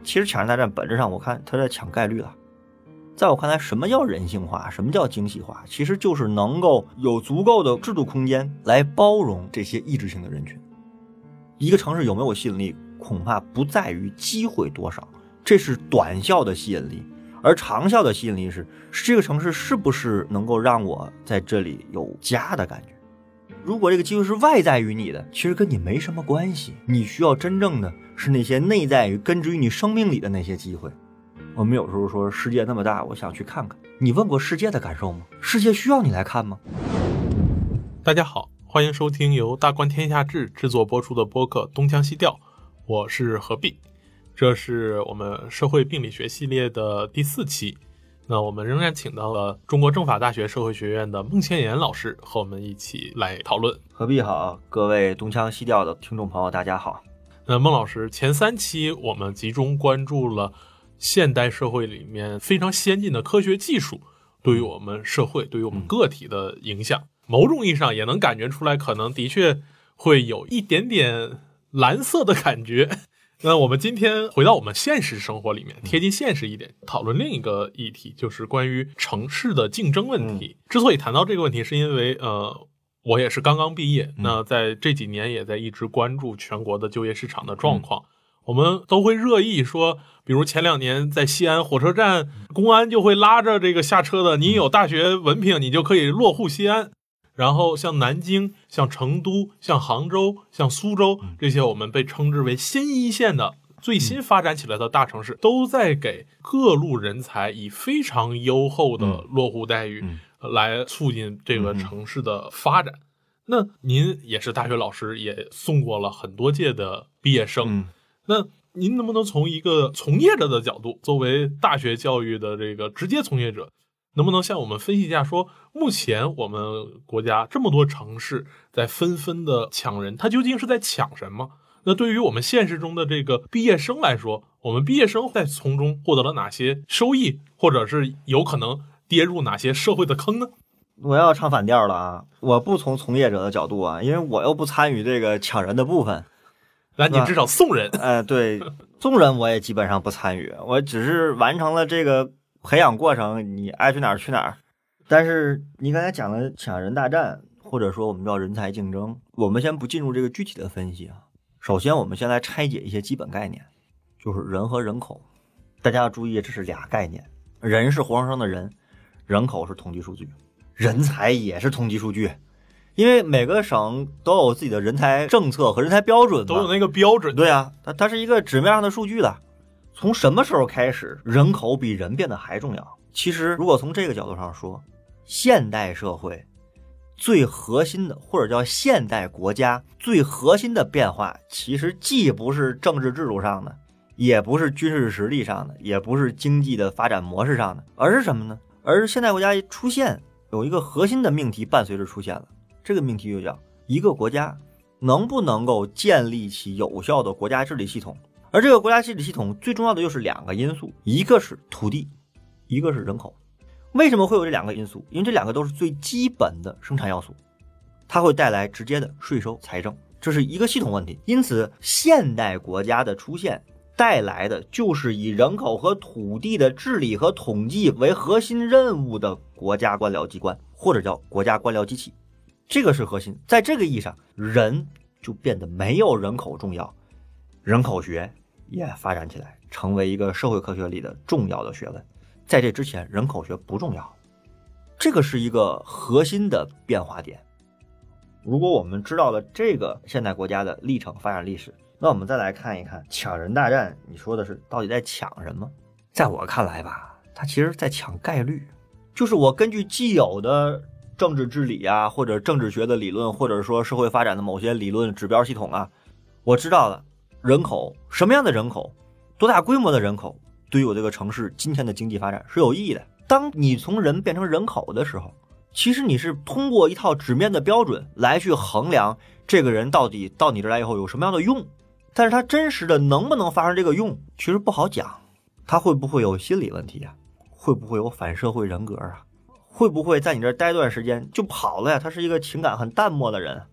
其实抢人大战本质上我看他在抢概率了。在我看来，什么叫人性化，什么叫精细化，其实就是能够有足够的制度空间来包容这些意志性的人群。一个城市有没有吸引力，恐怕不在于机会多少，这是短效的吸引力，而长效的吸引力是这个城市是不是能够让我在这里有家的感觉。如果这个机会是外在于你的，其实跟你没什么关系，你需要真正的是那些内在于根植于你生命里的那些机会。我们有时候说世界那么大，我想去看看，你问过世界的感受吗？世界需要你来看吗？ 大家好，欢迎收听由大观天下志制作播出的播客东腔西调，我是何必。这是我们社会病理学系列的第4期，那我们仍然请到了中国政法大学社会学院的孟千岩老师和我们一起来讨论。 何必好，各位东腔西调的听众朋友大家好。 那孟老师，前3期我们集中关注了现代社会里面非常先进的科学技术对于我们社会、对于我们个体的影响，某种意义上也能感觉出来，可能的确会有一点点蓝色的感觉。那我们今天回到我们现实生活里面，贴近现实一点，讨论另一个议题，就是关于城市的竞争问题。之所以谈到这个问题，是因为我也是刚刚毕业，那在这几年也在一直关注全国的就业市场的状况。我们都会热议说，比如前2年在西安火车站，公安就会拉着这个下车的，你有大学文凭你就可以落户西安。然后像南京、像成都、像杭州、像苏州，这些我们被称之为新一线的最新发展起来的大城市，都在给各路人才以非常优厚的落户待遇来促进这个城市的发展。那您也是大学老师，也送过了很多届的毕业生，那您能不能从一个从业者的角度，作为大学教育的这个直接从业者，能不能向我们分析一下，说目前我们国家这么多城市在纷纷的抢人，它究竟是在抢什么？那对于我们现实中的这个毕业生来说，我们毕业生在从中获得了哪些收益，或者是有可能跌入哪些社会的坑呢？ 我要唱反调了啊！我不从业者的角度啊，因为我又不参与这个抢人的部分。 那你至少送人。 对，送人我也基本上不参与，我只是完成了这个培养过程，你爱去哪儿去哪儿。但是你刚才讲了抢人大战，或者说我们叫人才竞争，我们先不进入这个具体的分析啊。首先我们先来拆解一些基本概念，就是人和人口。大家要注意，这是俩概念，人是活生生的人，人口是统计数据，人才也是统计数据。因为每个省都有自己的人才政策和人才标准， 都有那个标准。 对啊，它是一个纸面上的数据的。从什么时候开始人口比人变得还重要？其实如果从这个角度上说，现代社会最核心的，或者叫现代国家最核心的变化，其实既不是政治制度上的，也不是军事实力上的，也不是经济的发展模式上的，而是什么呢？而是现代国家出现有一个核心的命题伴随着出现了，这个命题就叫一个国家能不能够建立起有效的国家治理系统。而这个国家治理系统最重要的就是2个因素，一个是土地，一个是人口。为什么会有这2个因素？因为这2个都是最基本的生产要素，它会带来直接的税收财政，这是一个系统问题。因此现代国家的出现带来的就是以人口和土地的治理和统计为核心任务的国家官僚机关，或者叫国家官僚机器，这个是核心。在这个意义上，人就变得没有人口重要，人口学也发展起来，成为一个社会科学里的重要的学问。在这之前，人口学不重要，这个是一个核心的变化点。如果我们知道了这个现代国家的历程发展历史，那我们再来看一看抢人大战，你说的是到底在抢什么？在我看来吧，它其实在抢概率，就是我根据既有的政治治理啊，或者政治学的理论，或者说社会发展的某些理论指标系统啊，我知道了人口，什么样的人口，多大规模的人口对于我这个城市今天的经济发展是有意义的。当你从人变成人口的时候，其实你是通过一套纸面的标准来去衡量这个人到底到你这来以后有什么样的用，但是他真实的能不能发生这个用其实不好讲。他会不会有心理问题啊？会不会有反社会人格啊？会不会在你这待段时间就跑了呀？他是一个情感很淡漠的人，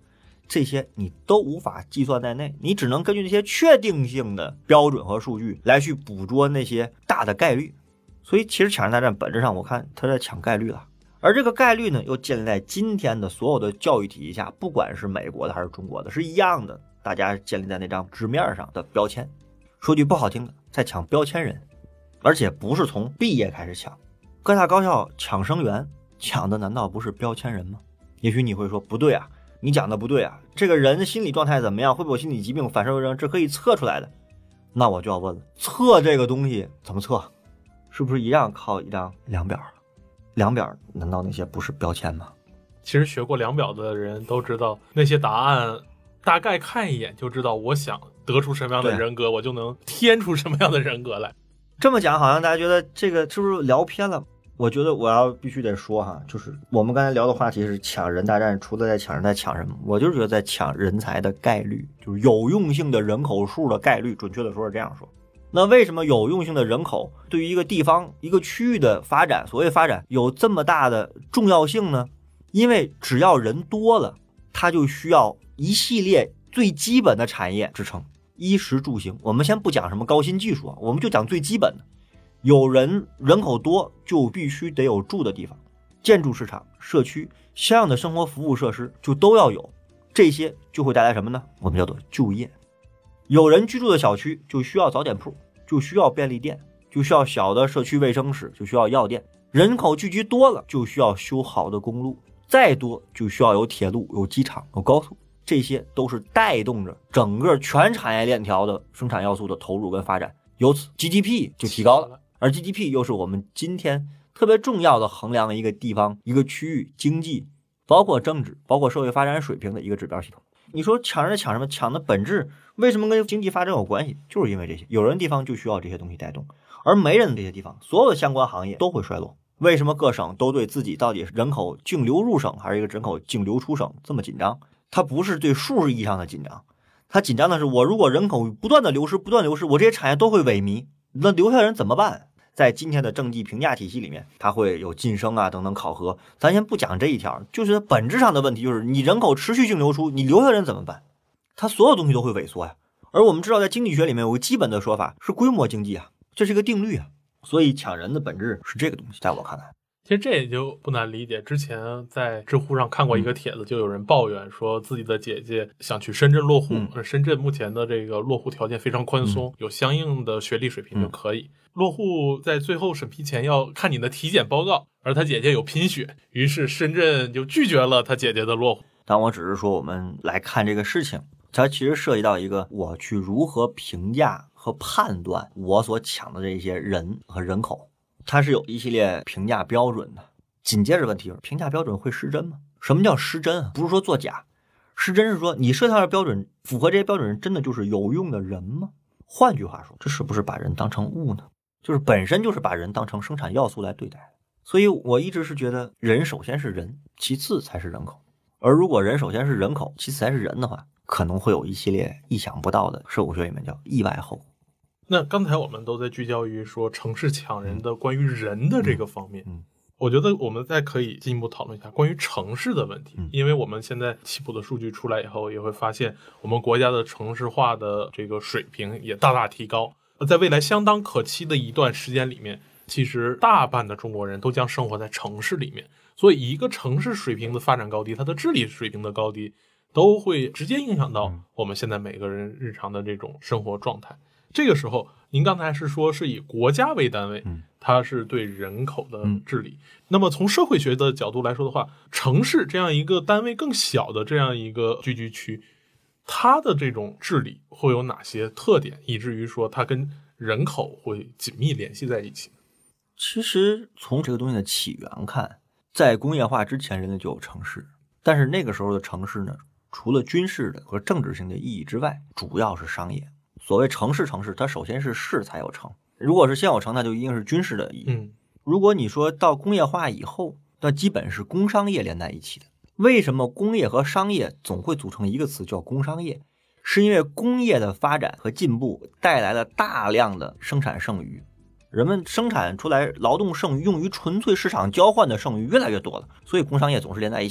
这些你都无法计算在内，你只能根据那些确定性的标准和数据来去捕捉那些大的概率。所以其实抢人大战本质上我看他在抢概率了，而这个概率呢又建立在今天的所有的教育体系下，不管是美国的还是中国的是一样的，大家建立在那张纸面上的标签。说句不好听的，在抢标签人，而且不是从毕业开始抢。各大高校抢生源，抢的难道不是标签人吗？也许你会说不对啊，你讲的不对啊，这个人心理状态怎么样，会不会有心理疾病，反社会人，这可以测出来的。那我就要问了，测这个东西怎么测？是不是一样靠一张量表？量表难道那些不是标签吗？ 其实学过量表的人都知道，那些答案大概看一眼就知道，我想得出什么样的人格，我就能添出什么样的人格来。 这么讲好像大家觉得这个是不是聊偏了？我觉得我要必须得说哈，就是我们刚才聊的话题是抢人大战，除了在抢人在抢什么？我就是觉得在抢人才的概率，就是有用性的人口数的概率，准确的说是这样说。那为什么有用性的人口对于一个地方一个区域的发展，所谓发展有这么大的重要性呢？因为只要人多了，它就需要一系列最基本的产业支撑，衣食住行。我们先不讲什么高新技术啊，我们就讲最基本的。有人口多就必须得有住的地方，建筑市场、社区相应的生活服务设施就都要有，这些就会带来什么呢？我们叫做就业。有人居住的小区就需要早点铺，就需要便利店，就需要小的社区卫生室，就需要药店。人口聚集多了，就需要修好的公路，再多就需要有铁路、有机场、有高速，这些都是带动着整个全产业链条的生产要素的投入跟发展，由此 GDP 就提高了。而 GDP 又是我们今天特别重要的衡量一个地方、一个区域经济，包括政治、包括社会发展水平的一个指标系统。你说抢人抢什么？抢的本质为什么跟经济发展有关系？就是因为这些，有人地方就需要这些东西带动，而没人的这些地方，所有的相关行业都会衰落。为什么各省都对自己到底是人口净流入省还是一个人口净流出省这么紧张？它不是对数意义上的紧张，它紧张的是我如果人口不断的流失，我这些产业都会萎靡，那留下的人怎么办？在今天的政绩评价体系里面，它会有晋升啊等等考核，咱先不讲这一条，就是本质上的问题，就是你人口持续性流出，你留下人怎么办？它所有东西都会萎缩呀。而我们知道在经济学里面有个基本的说法是规模经济啊，这是一个定律啊。所以抢人的本质是这个东西，在我看来。 其实这也就不难理解，之前在知乎上看过一个帖子，就有人抱怨说自己的姐姐想去深圳落户，深圳目前的这个落户条件非常宽松，有相应的学历水平就可以落户，在最后审批前要看你的体检报告，而他姐姐有贫血，于是深圳就拒绝了他姐姐的落户。 但我只是说我们来看这个事情，它其实涉及到一个我去如何评价和判断我所抢的这些人和人口，它是有一系列评价标准的。紧接着问题就是评价标准会失真吗？什么叫失真啊？不是说作假，失真是说你设下的标准符合这些标准人真的就是有用的人吗？换句话说，这是不是把人当成物呢？就是本身就是把人当成生产要素来对待。所以我一直是觉得人首先是人，其次才是人口。而如果人首先是人口，其次才是人的话，可能会有一系列意想不到的社会学里面叫意外后果。 那刚才我们都在聚焦于说城市抢人的关于人的这个方面，我觉得我们再可以进一步讨论一下关于城市的问题，因为我们现在起步的数据出来以后，也会发现我们国家的城市化的这个水平也大大提高。在未来相当可期的一段时间里面，其实大半的中国人都将生活在城市里面，所以一个城市水平的发展高低，它的治理水平的高低，都会直接影响到我们现在每个人日常的这种生活状态。这个时候您刚才是说是以国家为单位，它是对人口的治理，那么从社会学的角度来说的话，城市这样一个单位更小的这样一个聚居区，它的这种治理会有哪些特点，以至于说它跟人口会紧密联系在一起？ 其实从这个东西的起源看，在工业化之前人类就有城市，但是那个时候的城市呢，除了军事的和政治性的意义之外，主要是商业。所谓城市，它首先是市才有城，如果是先有城，那就一定是军事的意义。如果你说到工业化以后，那基本是工商业连在一起的。为什么工业和商业总会组成一个词叫工商业？是因为工业的发展和进步带来了大量的生产剩余，人们生产出来劳动剩余用于纯粹市场交换的剩余越来越多了，所以工商业总是连在一起的。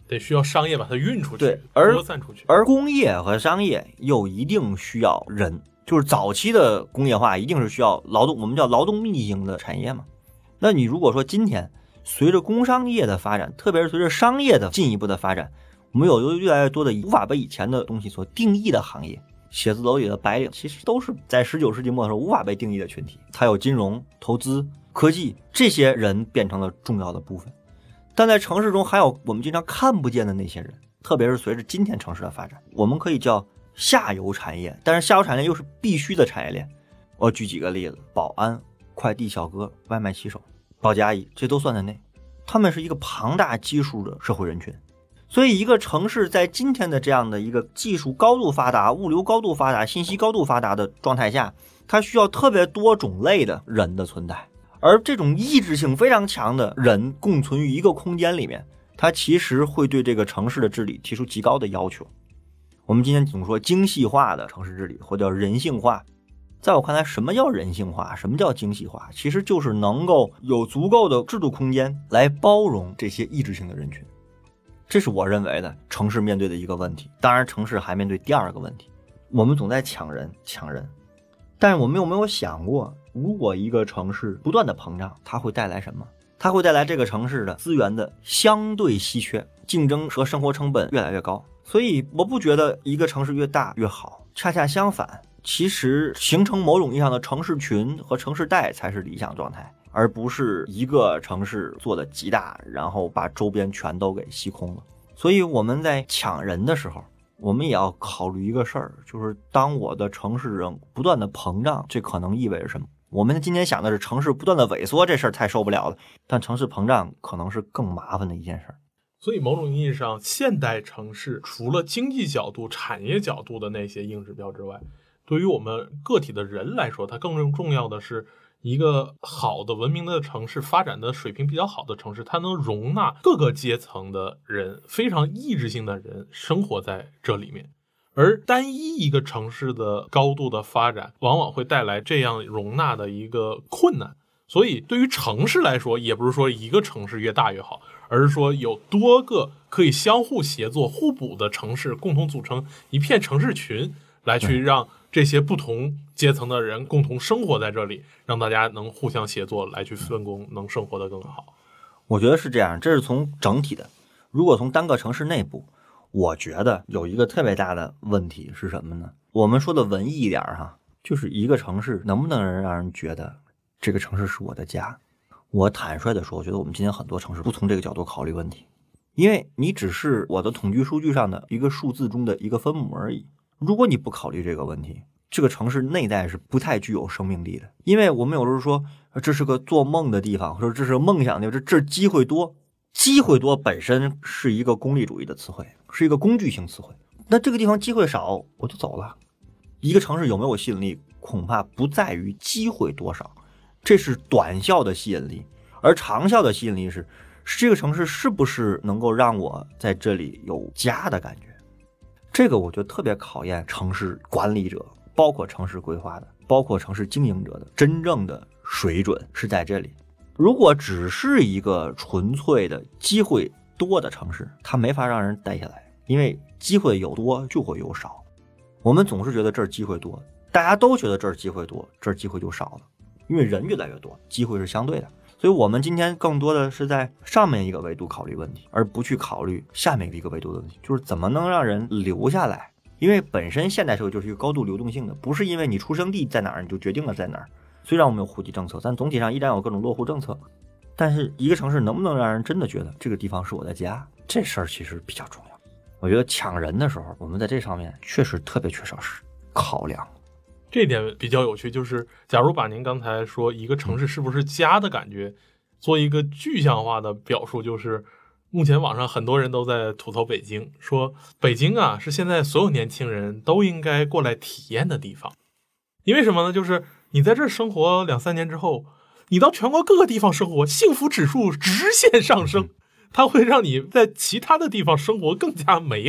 得需要商业把它运出去， 对， 扩散出去。 而工业和商业又一定需要人，就是早期的工业化一定是需要劳动，我们叫劳动密集型的产业嘛。那你如果说今天随着工商业的发展，特别是随着商业的进一步的发展，我们有越来越多的无法被以前的东西所定义的行业，写字楼里的白领其实都是在19世纪末的时候无法被定义的群体，它有金融、投资、科技，这些人变成了重要的部分。但在城市中还有我们经常看不见的那些人，特别是随着今天城市的发展，我们可以叫下游产业，但是下游产业又是必须的产业链。我举几个例子，保安、快递小哥、外卖骑手、保洁阿姨，这都算在内。他们是一个庞大基数的社会人群。所以一个城市在今天的这样的一个技术高度发达、物流高度发达、信息高度发达的状态下，它需要特别多种类的人的存在。而这种意志性非常强的人共存于一个空间里面，它其实会对这个城市的治理提出极高的要求。我们今天总说精细化的城市治理，或者叫人性化。在我看来，什么叫人性化，什么叫精细化，其实就是能够有足够的制度空间来包容这些意志性的人群。这是我认为的城市面对的一个问题。当然城市还面对第二个问题，我们总在抢人，但是我们有没有想过，如果一个城市不断的膨胀，它会带来什么？它会带来这个城市的资源的相对稀缺，竞争和生活成本越来越高。所以我不觉得一个城市越大越好，恰恰相反，其实形成某种意义上的城市群和城市带才是理想状态，而不是一个城市做的极大，然后把周边全都给吸空了。所以我们在抢人的时候，我们也要考虑一个事儿，就是当我的城市人不断的膨胀，这可能意味着什么？我们今天想的是城市不断的萎缩，这事儿太受不了了，但城市膨胀可能是更麻烦的一件事儿。 所以某种意义上，现代城市除了经济角度、产业角度的那些硬指标之外，对于我们个体的人来说，它更重要的是一个好的文明的城市，发展的水平比较好的城市，它能容纳各个阶层的人，非常意志性的人生活在这里面。而单一一个城市的高度的发展，往往会带来这样容纳的一个困难。所以对于城市来说，也不是说一个城市越大越好，而是说有多个可以相互协作互补的城市，共同组成一片城市群，来去让这些不同阶层的人共同生活在这里，让大家能互相协作来去分工，能生活得更好。 我觉得是这样，这是从整体的。如果从单个城市内部，我觉得有一个特别大的问题是什么呢？我们说的文艺一点哈，就是一个城市能不能让人觉得这个城市是我的家。我坦率的说，我觉得我们今天很多城市不从这个角度考虑问题，因为你只是我的统计数据上的一个数字中的一个分母而已。如果你不考虑这个问题，这个城市内在是不太具有生命力的。因为我们有时候说这是个做梦的地方，或者这是个梦想的地方，这机会多。机会多本身是一个功利主义的词汇，是一个工具性词汇。那这个地方机会少，我就走了。一个城市有没有吸引力，恐怕不在于机会多少，这是短效的吸引力。而长效的吸引力是这个城市是不是能够让我在这里有家的感觉。这个我觉得特别考验城市管理者，包括城市规划的，包括城市经营者的真正的水准是在这里。如果只是一个纯粹的机会多的城市，它没法让人待下来，因为机会有多就会有少。我们总是觉得这儿机会多，大家都觉得这儿机会多，这儿机会就少了，因为人越来越多，机会是相对的。所以我们今天更多的是在上面一个维度考虑问题，而不去考虑下面一个维度的问题，就是怎么能让人留下来。因为本身现代社会就是一个高度流动性的，不是因为你出生地在哪儿你就决定了在哪儿。虽然我们有户籍政策，但总体上依然有各种落户政策。但是一个城市能不能让人真的觉得这个地方是我的家，这事儿其实比较重要。我觉得抢人的时候，我们在这上面确实特别缺少考量。 这点比较有趣，就是假如把您刚才说一个城市是不是家的感觉做一个具象化的表述，就是目前网上很多人都在吐槽北京，说北京啊是现在所有年轻人都应该过来体验的地方。因为什么呢？就是你在这儿生活2-3年之后，你到全国各个地方生活，幸福指数直线上升，它会让你在其他的地方生活更加美好。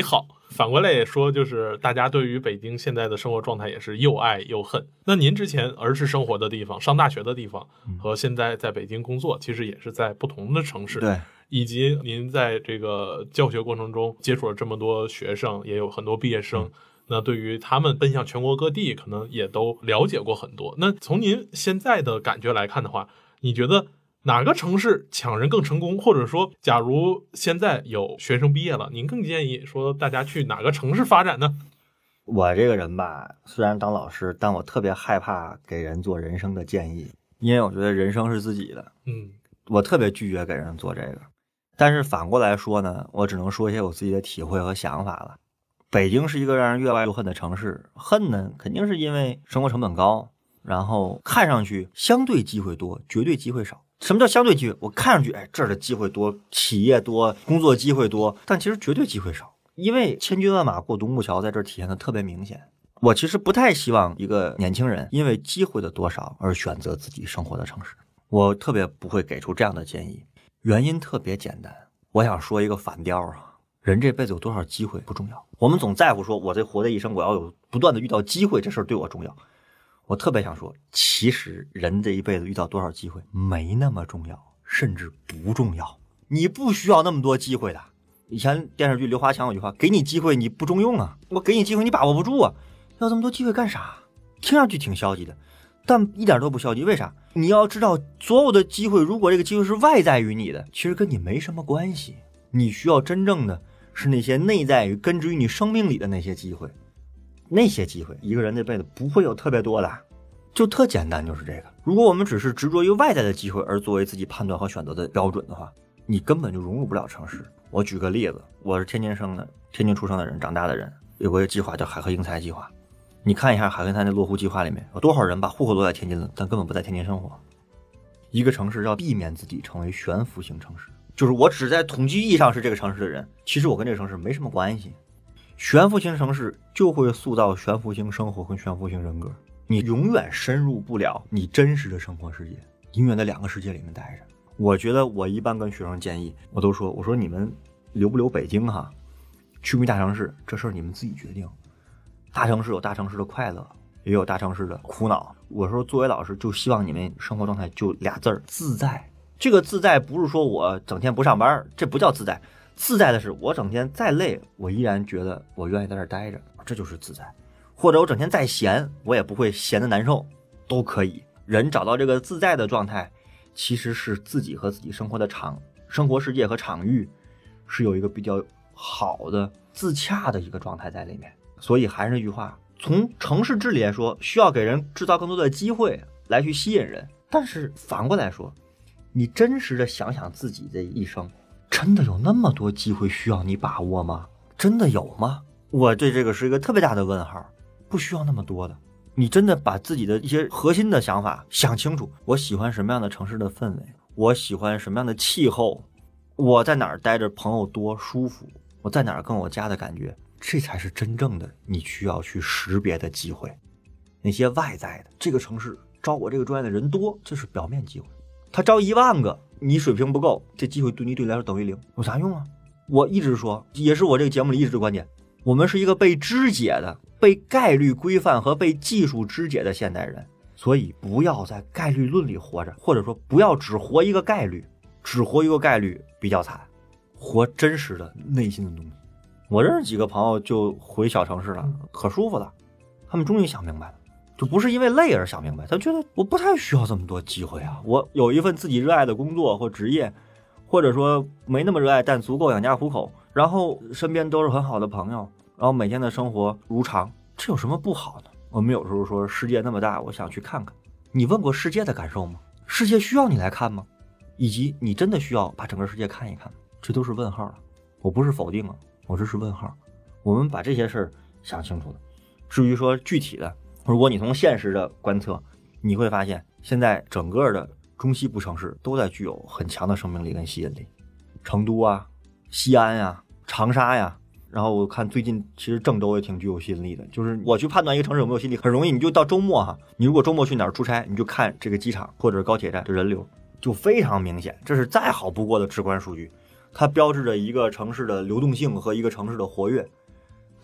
反过来也说，就是大家对于北京现在的生活状态也是又爱又恨。那您之前儿时生活的地方、上大学的地方，和现在在北京工作，其实也是在不同的城市。 对， 以及您在这个教学过程中接触了这么多学生，也有很多毕业生。那对于他们奔向全国各地，可能也都了解过很多。那从您现在的感觉来看的话，你觉得哪个城市抢人更成功？或者说，假如现在有学生毕业了，您更建议说大家去哪个城市发展呢？ 我这个人吧，虽然当老师，但我特别害怕给人做人生的建议，因为我觉得人生是自己的。我特别拒绝给人做这个。但是反过来说呢，我只能说一些我自己的体会和想法了。北京是一个让人越爱越恨的城市，恨呢肯定是因为生活成本高，然后看上去相对机会多，绝对机会少。什么叫相对机会？我看上去这儿的机会多，企业多，工作机会多，但其实绝对机会少，因为千军万马过独木桥在这儿体现的特别明显。我其实不太希望一个年轻人因为机会的多少而选择自己生活的城市，我特别不会给出这样的建议。原因特别简单，我想说一个反调啊，人这辈子有多少机会不重要，我们总在乎说我这活的一生我要有不断的遇到机会，这事儿对我重要。我特别想说，其实人这一辈子遇到多少机会没那么重要，甚至不重要。你不需要那么多机会的。以前电视剧刘华强有句话，给你机会你不中用啊，我给你机会你把握不住啊，要这么多机会干啥？听上去挺消极的，但一点都不消极。为啥？你要知道，所有的机会，如果这个机会是外在于你的，其实跟你没什么关系。你需要真正的是那些内在于根植于你生命里的那些机会。那些机会一个人这辈子不会有特别多的，就特简单，就是这个。如果我们只是执着于外在的机会而作为自己判断和选择的标准的话，你根本就融入不了城市。我举个例子，我是天津生的，天津出生的人，长大的人，有个计划叫海河英才计划。你看一下海河英才的落户计划里面有多少人把户口落在天津了，但根本不在天津生活。一个城市要避免自己成为悬浮型城市，就是我只在统计意义上是这个城市的人，其实我跟这个城市没什么关系。悬浮型城市就会塑造悬浮型生活跟悬浮型人格，你永远深入不了你真实的生活世界，永远在两个世界里面待着。我觉得我一般跟学生建议，我都说，我说你们留不留北京哈，去不去大城市，这事儿你们自己决定。大城市有大城市的快乐，也有大城市的苦恼。我说作为老师就希望你们生活状态就俩字儿，自在。这个自在不是说我整天不上班，这不叫自在。自在的是我整天再累，我依然觉得我愿意在这儿待着，这就是自在。或者我整天再闲，我也不会闲得难受，都可以。人找到这个自在的状态，其实是自己和自己生活的生活世界和场域是有一个比较好的自洽的一个状态在里面。所以还是那句话，从城市治理来说，需要给人制造更多的机会来去吸引人。但是反过来说，你真实的想想自己这一生，真的有那么多机会需要你把握吗？真的有吗？我对这个是一个特别大的问号。不需要那么多的，你真的把自己的一些核心的想法想清楚。我喜欢什么样的城市的氛围，我喜欢什么样的气候，我在哪儿待着朋友多舒服，我在哪儿跟我家的感觉，这才是真正的你需要去识别的机会。那些外在的，这个城市招我这个专业的人多，这是表面机会。他招1万个，你水平不够，这机会对你来说等于0，有啥用啊？我一直说，也是我这个节目里一直的观点，我们是一个被肢解的、被概率规范和被技术肢解的现代人，所以不要在概率论里活着，或者说不要只活一个概率，只活一个概率比较惨，活真实的内心的东西。我认识几个朋友就回小城市了，可舒服了，他们终于想明白了，就不是因为累而想明白，他觉得我不太需要这么多机会啊，我有一份自己热爱的工作或职业，或者说没那么热爱但足够养家糊口，然后身边都是很好的朋友，然后每天的生活如常，这有什么不好呢？我们有时候说世界那么大，我想去看看，你问过世界的感受吗？世界需要你来看吗？以及你真的需要把整个世界看一看？这都是问号了。我不是否定啊，我这是问号。我们把这些事儿想清楚了。至于说具体的，如果你从现实的观测，你会发现现在整个的中西部城市都在具有很强的生命力跟吸引力。成都啊，西安啊，长沙呀，然后我看最近其实郑州也挺具有吸引力的，就是我去判断一个城市有没有吸引力很容易，你就到周末哈，你如果周末去哪儿出差，你就看这个机场或者高铁站的人流就非常明显，这是再好不过的直观数据，它标志着一个城市的流动性和一个城市的活跃。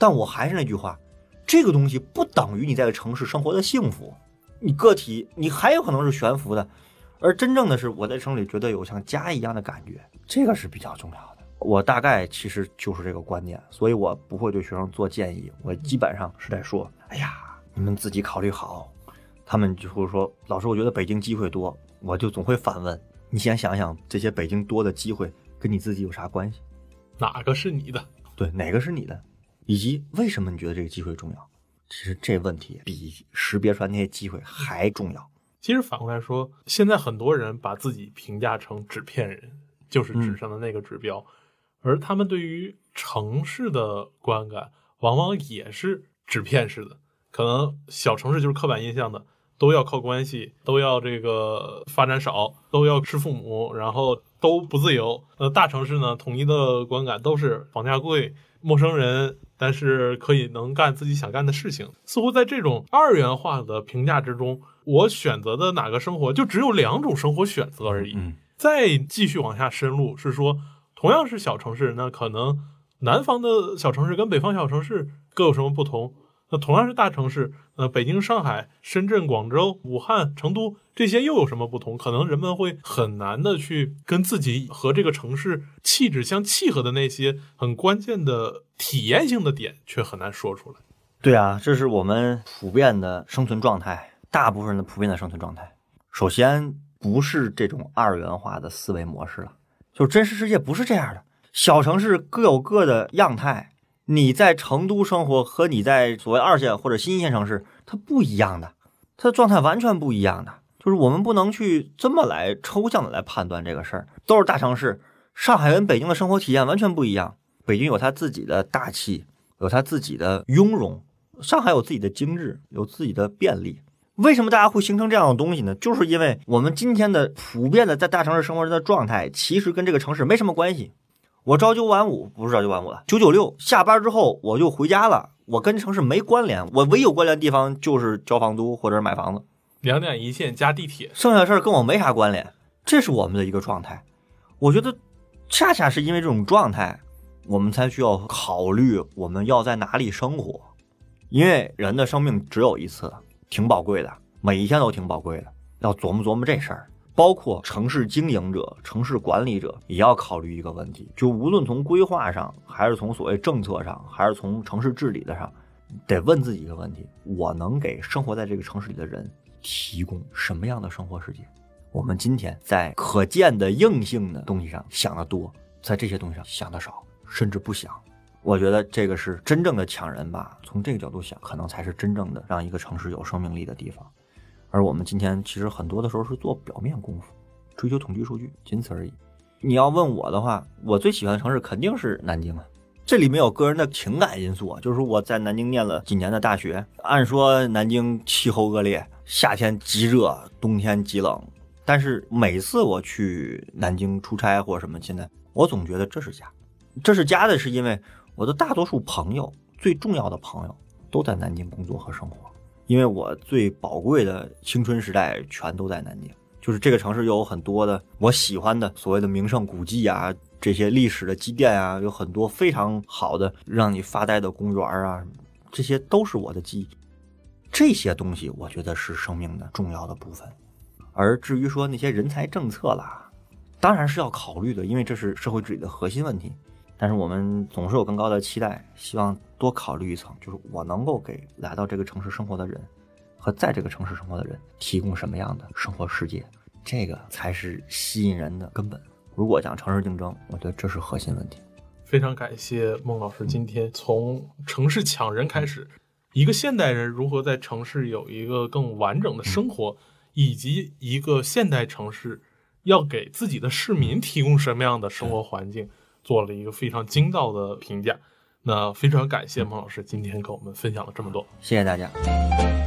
但我还是那句话，这个东西不等于你在城市生活的幸福，你个体你还有可能是悬浮的，而真正的是我在城里觉得有像家一样的感觉，这个是比较重要的。我大概其实就是这个观念，所以我不会对学生做建议，我基本上是在说，哎呀，你们自己考虑好。他们就会说，老师我觉得北京机会多，我就总会反问，你先想想这些北京多的机会跟你自己有啥关系？ 哪个是你的？ 对，哪个是你的？以及为什么你觉得这个机会重要？其实这问题比识别出来那些机会还重要。 其实反过来说，现在很多人把自己评价成纸片人，就是纸上的那个指标，而他们对于城市的观感往往也是纸片式的，可能小城市就是刻板印象的，都要靠关系，都要这个发展少，都要吃父母，然后都不自由。大城市呢，统一的观感都是房价贵，陌生人，但是可以能干自己想干的事情。似乎在这种二元化的评价之中，我选择的哪个生活就只有两种生活选择而已。再继续往下深入，是说同样是小城市，那可能南方的小城市跟北方小城市各有什么不同？那同样是大城市，北京、上海、深圳、广州、武汉、成都，这些又有什么不同？可能人们会很难的去跟自己和这个城市气质相契合的那些很关键的体验性的点，却很难说出来。 对啊，这是我们普遍的生存状态，大部分人的普遍的生存状态。首先不是这种二元化的思维模式了，就真实世界不是这样的。小城市各有各的样态，你在成都生活和你在所谓二线或者新一线城市，它不一样的，它的状态完全不一样的。就是我们不能去这么来抽象的来判断这个事儿。都是大城市，上海跟北京的生活体验完全不一样。北京有它自己的大气，有它自己的雍容，上海有自己的精致，有自己的便利。为什么大家会形成这样的东西呢？就是因为我们今天的普遍的在大城市生活人的状态，其实跟这个城市没什么关系。我朝9晚5，不是朝9晚5了，996，下班之后我就回家了，我跟城市没关联，我唯有关联的地方就是交房租或者是买房子 ，2点一线加地铁， 剩下的事儿跟我没啥关联，这是我们的一个状态。我觉得恰恰是因为这种状态，我们才需要考虑我们要在哪里生活，因为人的生命只有一次，挺宝贵的，每一天都挺宝贵的，要琢磨琢磨这事儿。包括城市经营者、城市管理者也要考虑一个问题，就无论从规划上，还是从所谓政策上，还是从城市治理的上，得问自己一个问题：我能给生活在这个城市里的人提供什么样的生活世界？我们今天在可见的硬性的东西上想得多，在这些东西上想得少，甚至不想。我觉得这个是真正的抢人吧，从这个角度想，可能才是真正的让一个城市有生命力的地方。而我们今天其实很多的时候是做表面功夫，追求统计数据，仅此而已。你要问我的话，我最喜欢的城市肯定是南京啊。这里面有个人的情感因素啊，就是我在南京念了几年的大学，按说南京气候恶劣，夏天极热，冬天极冷，但是每次我去南京出差或者什么，现在我总觉得这是家。这是家的是因为我的大多数朋友，最重要的朋友都在南京工作和生活。因为我最宝贵的青春时代全都在南京，就是这个城市有很多的我喜欢的所谓的名胜古迹啊，这些历史的积淀啊，有很多非常好的让你发呆的公园啊，这些都是我的记忆。这些东西我觉得是生命的重要的部分。而至于说那些人才政策啦，当然是要考虑的，因为这是社会治理的核心问题。但是我们总是有更高的期待，希望多考虑一层，就是我能够给来到这个城市生活的人和在这个城市生活的人提供什么样的生活世界，这个才是吸引人的根本。如果讲城市竞争，我觉得这是核心问题。 非常感谢孟老师今天从城市抢人开始，一个现代人如何在城市有一个更完整的生活，以及一个现代城市要给自己的市民提供什么样的生活环境，做了一个非常精到的评价。那非常感谢孟老师今天跟我们分享了这么多， 谢谢大家。